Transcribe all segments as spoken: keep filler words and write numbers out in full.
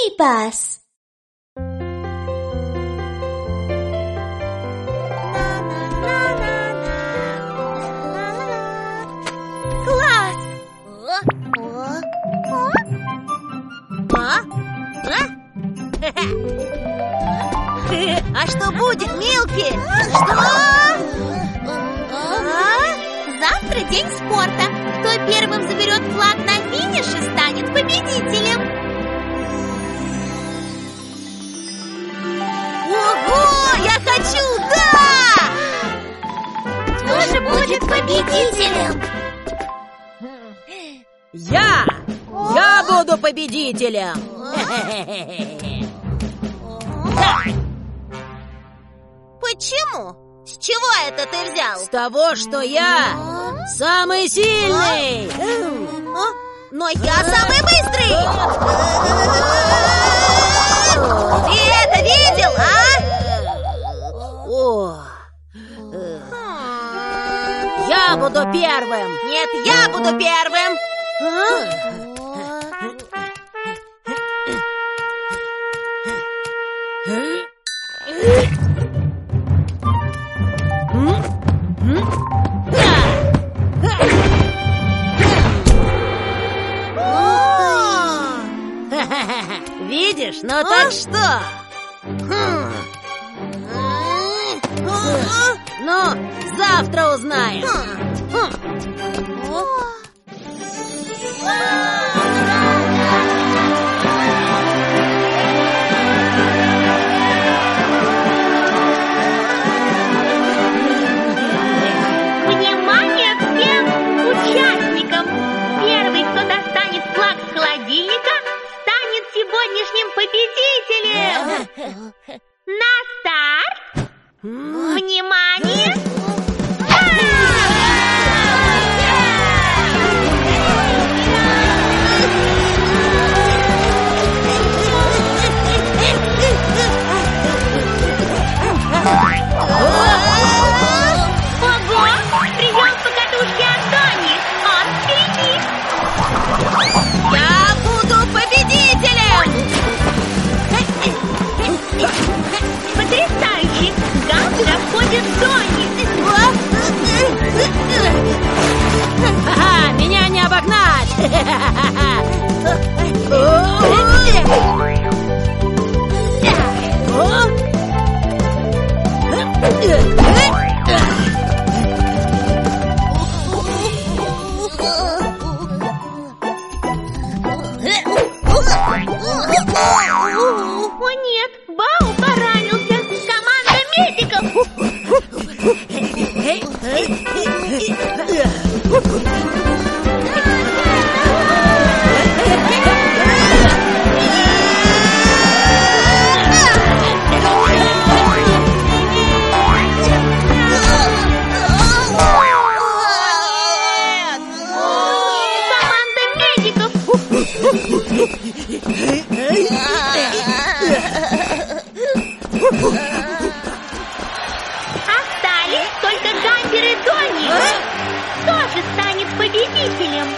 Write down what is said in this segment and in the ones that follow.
Скипас. Класс! А что будет, Милки? Что? Завтра день спорта. Кто первым заберет флаг на финише, станет победителем. Ого, я хочу, да! Кто же будет победителем? Я! Я буду победителем! Почему? С чего это ты взял? С того, что я самый сильный! Но я самый быстрый! Ты это видел, а? О, я буду первым! Нет, я буду первым! Видишь? Ну так что? Ну, завтра узнаем. Внимание всем участникам! Первый, кто достанет флаг с холодильника, станет сегодняшним победителем! На старт! Внимание! Ого! Прием по катушке Антони! Он впереди! Я буду победителем! Потрясающе! Гамбер обходит Тони! Ага, меня не обогнать! О нет! Бау поранился! Команда медиков! Команда медиков! Остались только Гамбер и Тони. Кто же станет победителем?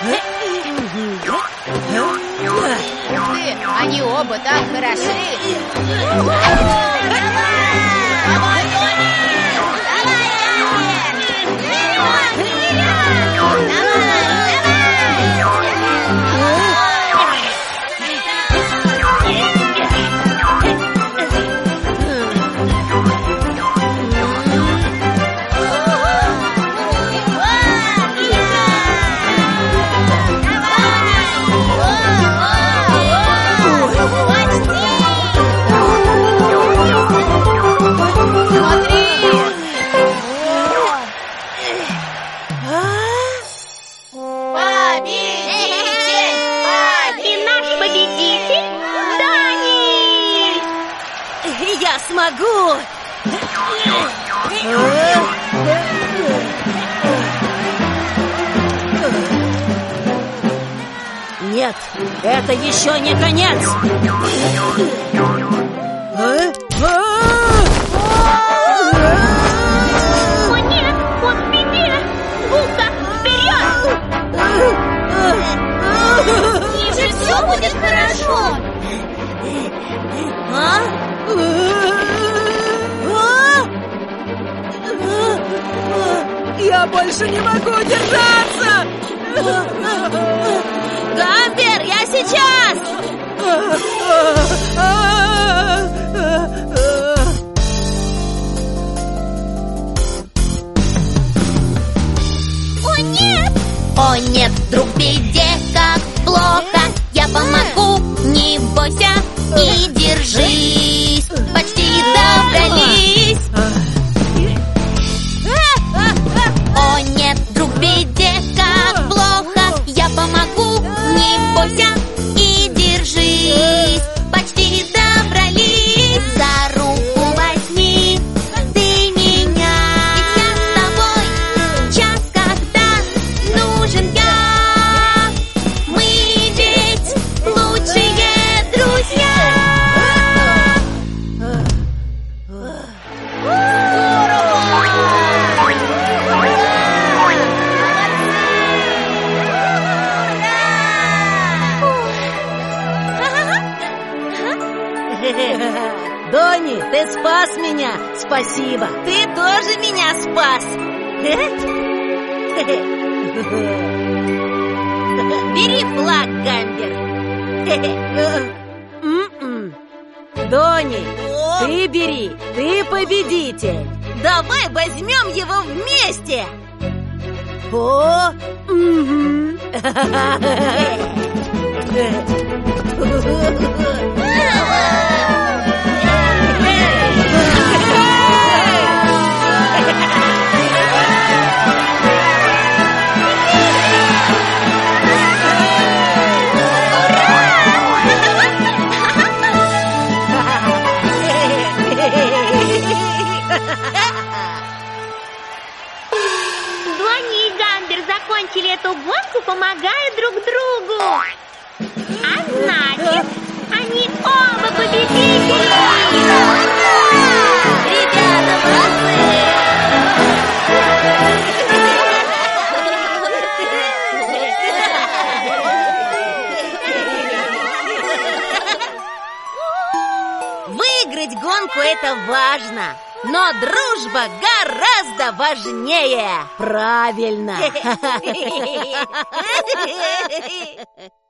Они оба так хороши! И наш победитель Тони! Я смогу! Нет, это еще не конец! О нет, он в беде! Губка, вперед! Ниже все будет хорошо! больше не могу держаться! Гамбер, я сейчас! О, нет! О, нет, вдруг в беде, как плохо. Я помогу, не бойся и держись. Почти добрались. О, нет, вдруг в беде, как плохо. Я помогу, не бойся и держись. Почти добрались. За руку возьми ты меня. Ведь я с тобой час, когда нужен я. Мы ведь лучшие друзья. Донни, ты спас меня! Спасибо! Ты тоже меня спас. Бери флаг, Гамбер. М-м. Донни, О! ты бери, ты победитель! Давай возьмем его вместе. О! Мгм. Донни и Гамбер закончили эту гонку, помогая друг другу. А значит, они оба победители! Ребята, молодцы! Выиграть гонку — это важно, но дружба гораздо важнее. Правильно!